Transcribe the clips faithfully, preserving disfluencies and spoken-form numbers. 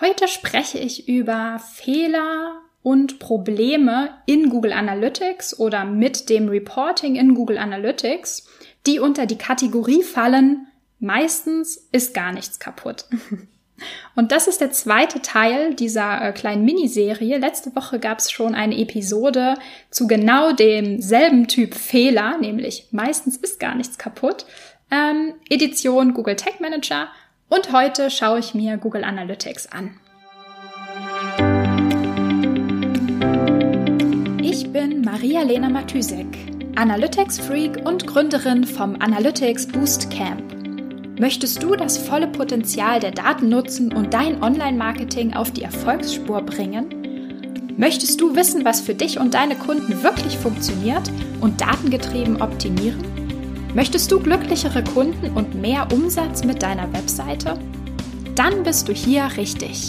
Heute spreche ich über Fehler und Probleme in Google Analytics oder mit dem Reporting in Google Analytics, die unter die Kategorie fallen, meistens ist gar nichts kaputt. Und das ist der zweite Teil dieser äh, kleinen Miniserie. Letzte Woche gab es schon eine Episode zu genau demselben Typ Fehler, nämlich meistens ist gar nichts kaputt, ähm, Edition Google Tag Manager. Und heute schaue ich mir Google Analytics an. Ich bin Maria-Lena Matysek, Analytics-Freak und Gründerin vom Analytics Boost Camp. Möchtest du das volle Potenzial der Daten nutzen und dein Online-Marketing auf die Erfolgsspur bringen? Möchtest du wissen, was für dich und deine Kunden wirklich funktioniert und datengetrieben optimieren? Möchtest du glücklichere Kunden und mehr Umsatz mit deiner Webseite? Dann bist du hier richtig.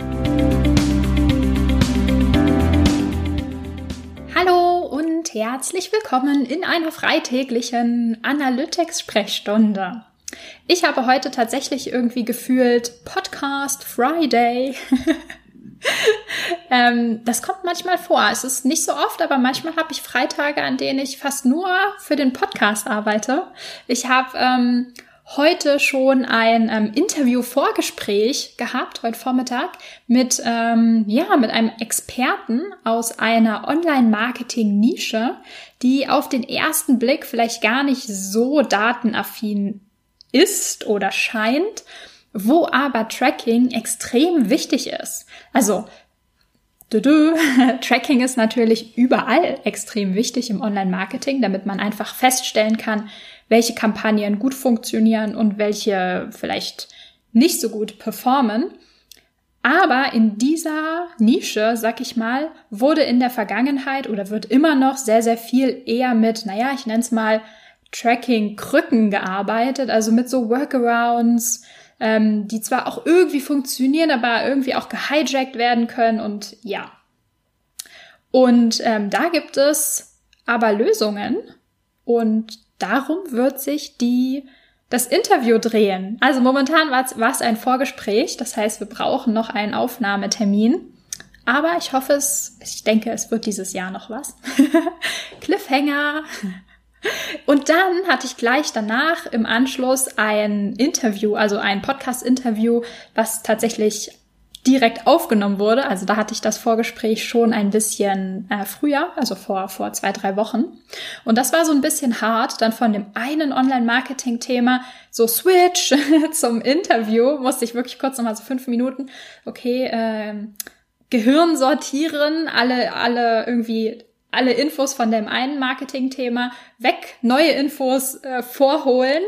Hallo und herzlich willkommen in einer freitäglichen Analytics-Sprechstunde. Ich habe heute tatsächlich irgendwie gefühlt Podcast Friday. ähm, das kommt manchmal vor. Es ist nicht so oft, aber manchmal habe ich Freitage, an denen ich fast nur für den Podcast arbeite. Ich habe ähm, heute schon ein ähm, Interview-Vorgespräch gehabt, heute Vormittag, mit, ähm, ja, mit einem Experten aus einer Online-Marketing-Nische, die auf den ersten Blick vielleicht gar nicht so datenaffin ist oder scheint, wo aber Tracking extrem wichtig ist. Also, dü -dü, Tracking ist natürlich überall extrem wichtig im Online-Marketing, damit man einfach feststellen kann, welche Kampagnen gut funktionieren und welche vielleicht nicht so gut performen. Aber in dieser Nische, sag ich mal, wurde in der Vergangenheit oder wird immer noch sehr, sehr viel eher mit, naja, ich nenne es mal Tracking-Krücken gearbeitet, also mit so Workarounds, ähm, die zwar auch irgendwie funktionieren, aber irgendwie auch gehijackt werden können und ja. Und ähm, da gibt es aber Lösungen und darum wird sich die das Interview drehen. Also momentan war es ein Vorgespräch, das heißt, wir brauchen noch einen Aufnahmetermin. Aber ich hoffe es, ich denke, es wird dieses Jahr noch was. Cliffhanger. Und dann hatte ich gleich danach im Anschluss ein Interview, also ein Podcast-Interview, was tatsächlich direkt aufgenommen wurde. Also da hatte ich das Vorgespräch schon ein bisschen äh, früher, also vor vor zwei, drei Wochen. Und das war so ein bisschen hart, dann von dem einen Online-Marketing-Thema so switch zum Interview, musste ich wirklich kurz nochmal so fünf Minuten, okay, ähm, Gehirn sortieren, alle alle irgendwie alle Infos von dem einen Marketing-Thema weg, neue Infos äh, vorholen,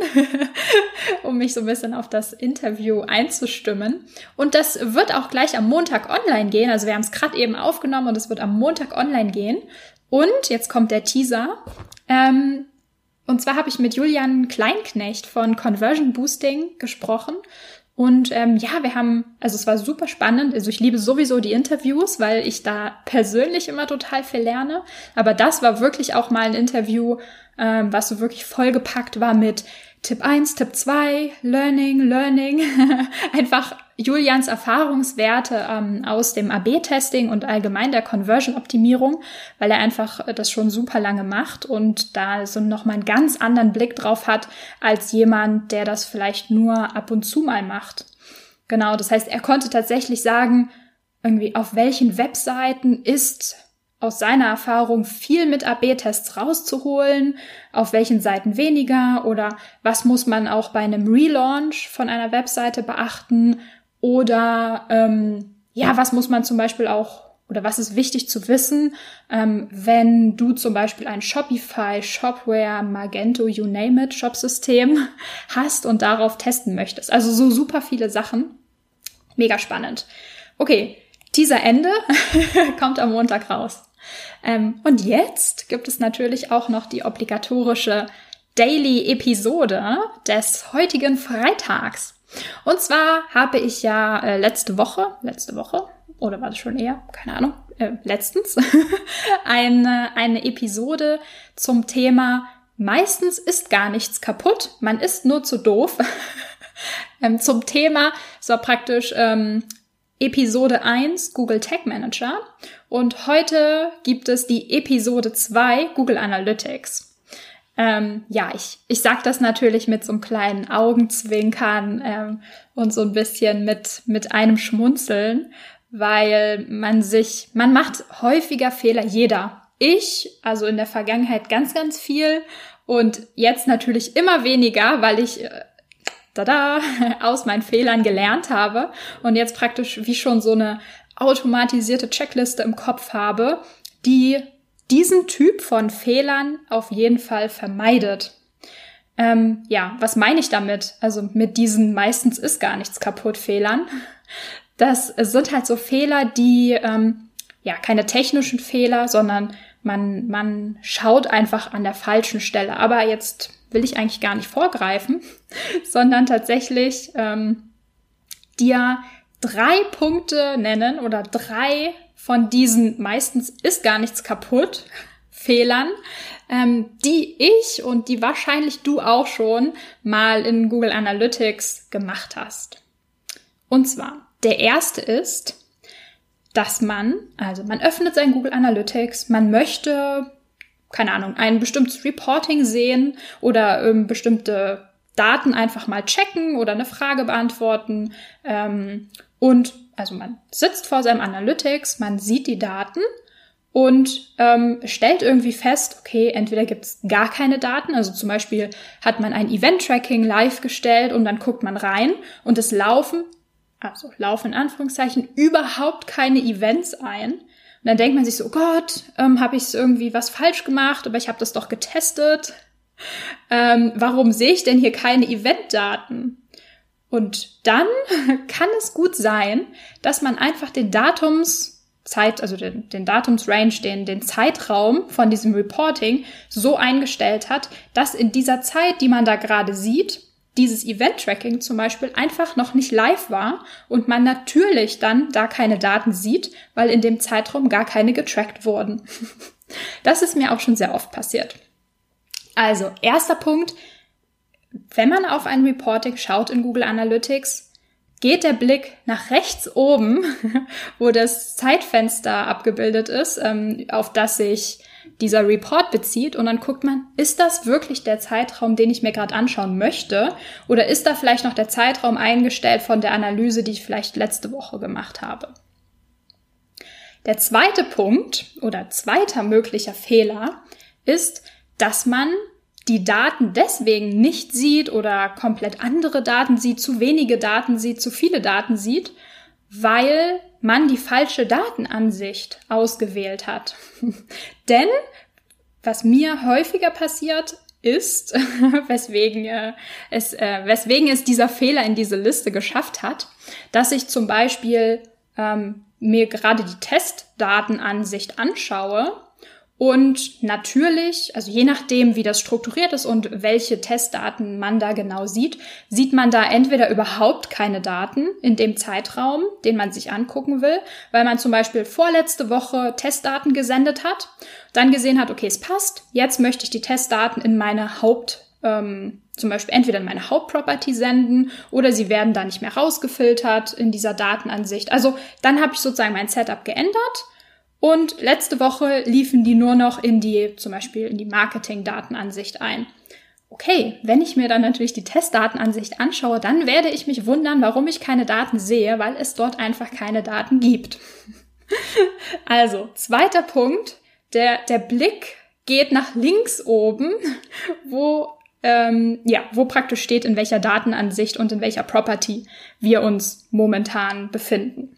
um mich so ein bisschen auf das Interview einzustimmen. Und das wird auch gleich am Montag online gehen. Also wir haben es gerade eben aufgenommen und es wird am Montag online gehen. Und jetzt kommt der Teaser. Ähm, und zwar habe ich mit Julian Kleinknecht von Conversion Boosting gesprochen. Und ähm, ja, wir haben, also es war super spannend, also ich liebe sowieso die Interviews, weil ich da persönlich immer total viel lerne, aber das war wirklich auch mal ein Interview, ähm, was so wirklich vollgepackt war mit Tipp eins, Tipp zwei, Learning, Learning, einfach Julians Erfahrungswerte ähm, aus dem A B-Testing und allgemein der Conversion-Optimierung, weil er einfach das schon super lange macht und da so nochmal einen ganz anderen Blick drauf hat, als jemand, der das vielleicht nur ab und zu mal macht. Genau, das heißt, er konnte tatsächlich sagen, irgendwie auf welchen Webseiten ist aus seiner Erfahrung viel mit A B-Tests rauszuholen, auf welchen Seiten weniger oder was muss man auch bei einem Relaunch von einer Webseite beachten oder ähm, ja, was muss man zum Beispiel auch oder was ist wichtig zu wissen, ähm, wenn du zum Beispiel ein Shopify, Shopware, Magento, you name it, Shopsystem hast und darauf testen möchtest. Also so super viele Sachen. Mega spannend. Okay, Teaser Ende kommt am Montag raus. Ähm, und jetzt gibt es natürlich auch noch die obligatorische Daily-Episode des heutigen Freitags. Und zwar habe ich ja äh, letzte Woche, letzte Woche, oder war das schon eher, keine Ahnung, äh, letztens, eine, eine Episode zum Thema meistens ist gar nichts kaputt, man ist nur zu doof, ähm, zum Thema, so praktisch, ähm, Episode eins Google Tag Manager und heute gibt es die Episode zwei Google Analytics. Ähm, ja, ich, ich sag das natürlich mit so einem kleinen Augenzwinkern ähm, und so ein bisschen mit, mit einem Schmunzeln, weil man sich, man macht häufiger Fehler, jeder. Ich, also in der Vergangenheit ganz, ganz viel und jetzt natürlich immer weniger, weil ich äh, tada, aus meinen Fehlern gelernt habe und jetzt praktisch wie schon so eine automatisierte Checkliste im Kopf habe, die diesen Typ von Fehlern auf jeden Fall vermeidet. Ähm, ja, was meine ich damit? Also mit diesen meistens ist gar nichts kaputt Fehlern. Das sind halt so Fehler, die, ähm, ja, keine technischen Fehler, sondern man, man schaut einfach an der falschen Stelle. Aber jetzt will ich eigentlich gar nicht vorgreifen, sondern tatsächlich ähm, dir drei Punkte nennen oder drei von diesen meistens ist gar nichts kaputt Fehlern, ähm, die ich und die wahrscheinlich du auch schon mal in Google Analytics gemacht hast. Und zwar, der erste ist, dass man, also man öffnet sein Google Analytics, man möchte keine Ahnung, ein bestimmtes Reporting sehen oder ähm, bestimmte Daten einfach mal checken oder eine Frage beantworten. Ähm, und also man sitzt vor seinem Analytics, man sieht die Daten und ähm, stellt irgendwie fest, okay, entweder gibt es gar keine Daten, also zum Beispiel hat man ein Event-Tracking live gestellt und dann guckt man rein und es laufen, also laufen in Anführungszeichen, überhaupt keine Events ein. Und dann denkt man sich so, oh Gott, ähm, habe ich irgendwie was falsch gemacht, aber ich habe das doch getestet. Ähm, warum sehe ich denn hier keine Eventdaten? Und dann kann es gut sein, dass man einfach den Datumszeit, also den, den Datumsrange, den, den Zeitraum von diesem Reporting so eingestellt hat, dass in dieser Zeit, die man da gerade sieht, dieses Event-Tracking zum Beispiel einfach noch nicht live war und man natürlich dann da keine Daten sieht, weil in dem Zeitraum gar keine getrackt wurden. Das ist mir auch schon sehr oft passiert. Also, erster Punkt, wenn man auf ein Reporting schaut in Google Analytics, geht der Blick nach rechts oben, wo das Zeitfenster abgebildet ist, auf das sich dieser Report bezieht und dann guckt man, ist das wirklich der Zeitraum, den ich mir gerade anschauen möchte oder ist da vielleicht noch der Zeitraum eingestellt von der Analyse, die ich vielleicht letzte Woche gemacht habe. Der zweite Punkt oder zweiter möglicher Fehler ist, dass man die Daten deswegen nicht sieht oder komplett andere Daten sieht, zu wenige Daten sieht, zu viele Daten sieht, weil man die falsche Datenansicht ausgewählt hat. Denn was mir häufiger passiert ist, weswegen, äh, es, äh, weswegen es dieser Fehler in diese Liste geschafft hat, dass ich zum Beispiel ähm, mir gerade die Testdatenansicht anschaue und natürlich, also je nachdem, wie das strukturiert ist und welche Testdaten man da genau sieht, sieht man da entweder überhaupt keine Daten in dem Zeitraum, den man sich angucken will, weil man zum Beispiel vorletzte Woche Testdaten gesendet hat, dann gesehen hat, okay, es passt, jetzt möchte ich die Testdaten in meine Haupt, ähm, zum Beispiel entweder in meine Hauptproperty senden oder sie werden da nicht mehr rausgefiltert in dieser Datenansicht. Also dann habe ich sozusagen mein Setup geändert. Und letzte Woche liefen die nur noch in die, zum Beispiel in die Marketing-Datenansicht ein. Okay, wenn ich mir dann natürlich die Testdatenansicht anschaue, dann werde ich mich wundern, warum ich keine Daten sehe, weil es dort einfach keine Daten gibt. Also, zweiter Punkt, der, der Blick geht nach links oben, wo, ähm, ja, wo praktisch steht, in welcher Datenansicht und in welcher Property wir uns momentan befinden.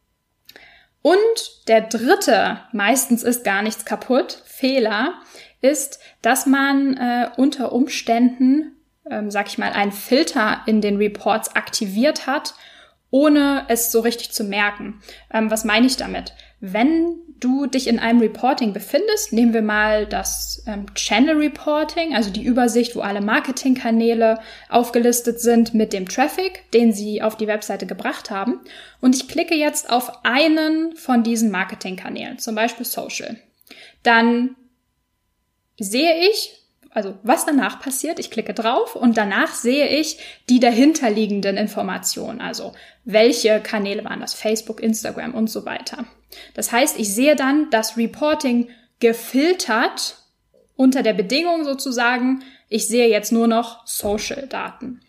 Und der dritte, meistens ist gar nichts kaputt, Fehler, ist, dass man äh, unter Umständen, ähm, sag ich mal, einen Filter in den Reports aktiviert hat, ohne es so richtig zu merken. Ähm, was meine ich damit? Wenn du dich in einem Reporting befindest, nehmen wir mal das ähm, Channel Reporting, also die Übersicht, wo alle Marketingkanäle aufgelistet sind mit dem Traffic, den sie auf die Webseite gebracht haben. Und ich klicke jetzt auf einen von diesen Marketingkanälen, zum Beispiel Social. Dann sehe ich, also was danach passiert, ich klicke drauf und danach sehe ich die dahinterliegenden Informationen, also welche Kanäle waren das, Facebook, Instagram und so weiter. Das heißt, ich sehe dann das Reporting gefiltert unter der Bedingung sozusagen, ich sehe jetzt nur noch Social-Daten.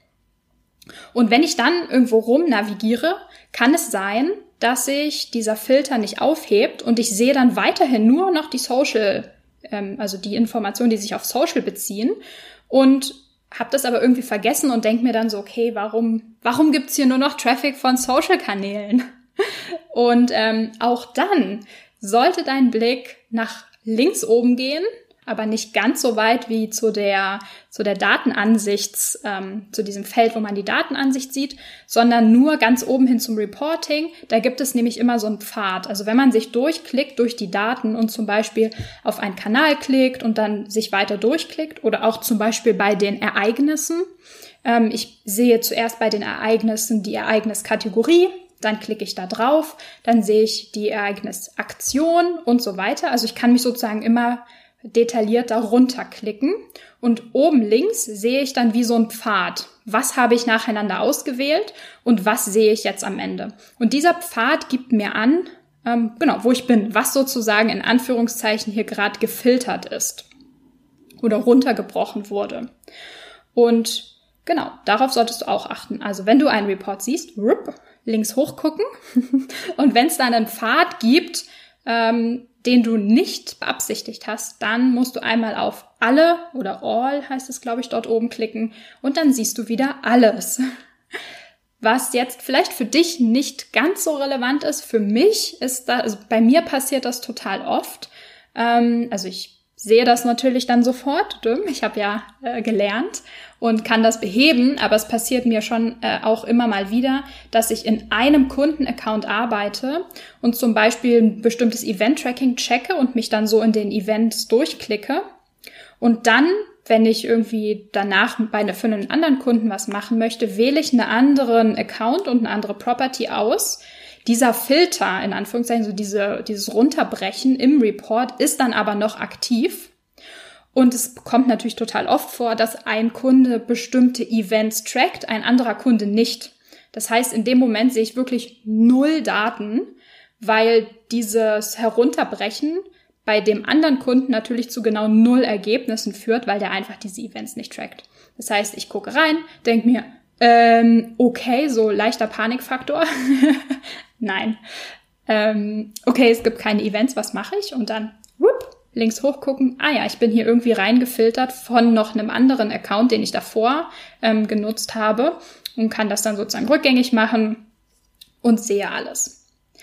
Und wenn ich dann irgendwo rum navigiere, kann es sein, dass sich dieser Filter nicht aufhebt und ich sehe dann weiterhin nur noch die Social, ähm, also die Informationen, die sich auf Social beziehen und habe das aber irgendwie vergessen und denke mir dann so, okay, warum, warum gibt's hier nur noch Traffic von Social-Kanälen? Und ähm, auch dann sollte dein Blick nach links oben gehen, aber nicht ganz so weit wie zu der zu der Datenansichts, ähm, zu diesem Feld, wo man die Datenansicht sieht, sondern nur ganz oben hin zum Reporting. Da gibt es nämlich immer so einen Pfad. Also wenn man sich durchklickt durch die Daten und zum Beispiel auf einen Kanal klickt und dann sich weiter durchklickt oder auch zum Beispiel bei den Ereignissen. Ähm, ich sehe zuerst bei den Ereignissen die Ereigniskategorie, dann klicke ich da drauf, dann sehe ich die Ereignisaktion und so weiter. Also ich kann mich sozusagen immer detailliert darunter klicken und oben links sehe ich dann wie so ein Pfad. Was habe ich nacheinander ausgewählt und was sehe ich jetzt am Ende? Und dieser Pfad gibt mir an, ähm, genau, wo ich bin, was sozusagen in Anführungszeichen hier gerade gefiltert ist oder runtergebrochen wurde. Und genau, darauf solltest du auch achten. Also wenn du einen Report siehst, rup, links hochgucken und wenn es dann einen Pfad gibt, ähm, den du nicht beabsichtigt hast, dann musst du einmal auf alle oder all heißt es, glaube ich, dort oben klicken und dann siehst du wieder alles. Was jetzt vielleicht für dich nicht ganz so relevant ist, für mich ist da, also bei mir passiert das total oft. Ähm, also ich sehe das natürlich dann sofort. Ich habe ja äh, gelernt und kann das beheben, aber es passiert mir schon äh, auch immer mal wieder, dass ich in einem Kundenaccount arbeite und zum Beispiel ein bestimmtes Event-Tracking checke und mich dann so in den Events durchklicke. Und dann, wenn ich irgendwie danach bei eine, für einen anderen Kunden was machen möchte, wähle ich einen anderen Account und eine andere Property aus. Dieser Filter, in Anführungszeichen, so diese, dieses Runterbrechen im Report ist dann aber noch aktiv. Und es kommt natürlich total oft vor, dass ein Kunde bestimmte Events trackt, ein anderer Kunde nicht. Das heißt, in dem Moment sehe ich wirklich null Daten, weil dieses Herunterbrechen bei dem anderen Kunden natürlich zu genau null Ergebnissen führt, weil der einfach diese Events nicht trackt. Das heißt, ich gucke rein, denke mir, ähm, okay, so leichter Panikfaktor. Nein. Ähm, okay, es gibt keine Events, was mache ich? Und dann, whoop, links hochgucken. Ah ja, ich bin hier irgendwie reingefiltert von noch einem anderen Account, den ich davor ähm, genutzt habe und kann das dann sozusagen rückgängig machen und sehe alles.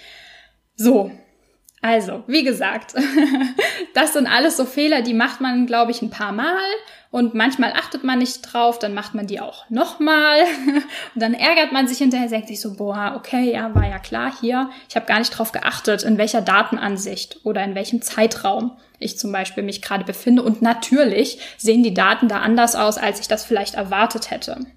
So, also, wie gesagt, das sind alles so Fehler, die macht man, glaube ich, ein paar Mal und manchmal achtet man nicht drauf, dann macht man die auch nochmal und dann ärgert man sich hinterher, denkt sich so, boah, okay, ja, war ja klar hier, ich habe gar nicht drauf geachtet, in welcher Datenansicht oder in welchem Zeitraum ich zum Beispiel mich gerade befinde und natürlich sehen die Daten da anders aus, als ich das vielleicht erwartet hätte.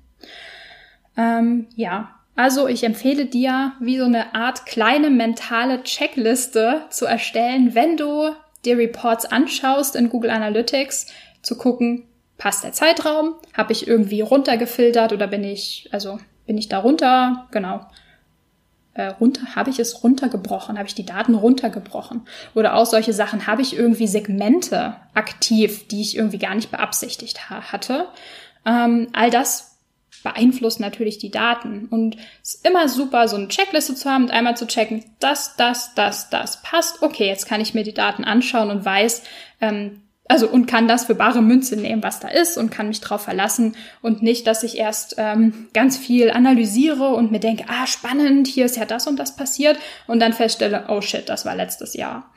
Ähm, ja. Also ich empfehle dir, wie so eine Art kleine mentale Checkliste zu erstellen, wenn du dir Reports anschaust in Google Analytics, zu gucken, passt der Zeitraum, habe ich irgendwie runtergefiltert oder bin ich, also bin ich da runter, genau, äh, runter, habe ich es runtergebrochen, habe ich die Daten runtergebrochen oder auch solche Sachen, habe ich irgendwie Segmente aktiv, die ich irgendwie gar nicht beabsichtigt ha- hatte. Ähm, all das beeinflusst natürlich die Daten. Und es ist immer super, so eine Checkliste zu haben und einmal zu checken, das, das, das, das passt. Okay, jetzt kann ich mir die Daten anschauen und weiß, ähm, also und kann das für bare Münze nehmen, was da ist und kann mich drauf verlassen und nicht, dass ich erst ähm, ganz viel analysiere und mir denke, ah, spannend, hier ist ja das und das passiert und dann feststelle, oh shit, das war letztes Jahr.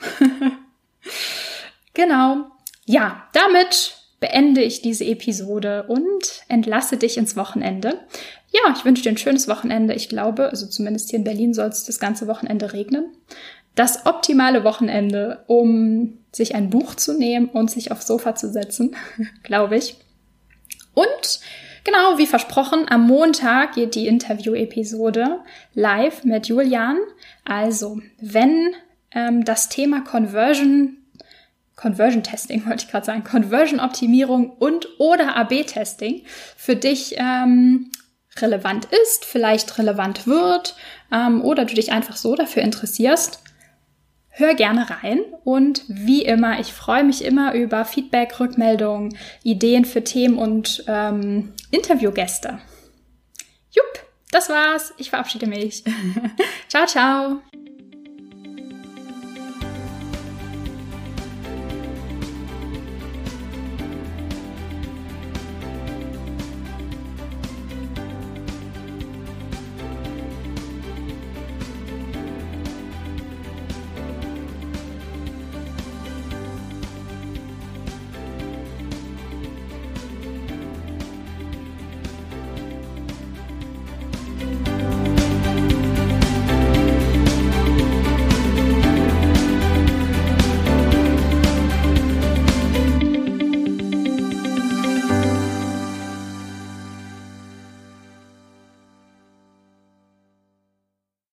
Genau. Ja, damit beende ich diese Episode und entlasse dich ins Wochenende. Ja, ich wünsche dir ein schönes Wochenende. Ich glaube, also zumindest hier in Berlin soll es das ganze Wochenende regnen. Das optimale Wochenende, um sich ein Buch zu nehmen und sich aufs Sofa zu setzen, glaube ich. Und genau, wie versprochen, am Montag geht die Interview-Episode live mit Julian. Also, wenn ähm, das Thema Conversion Conversion Testing wollte ich gerade sagen, Conversion Optimierung und oder A B Testing für dich ähm, relevant ist, vielleicht relevant wird ähm, oder du dich einfach so dafür interessierst, hör gerne rein. Und wie immer, ich freue mich immer über Feedback, Rückmeldungen, Ideen für Themen und ähm, Interviewgäste. Jupp, das war's. Ich verabschiede mich. Ciao, ciao.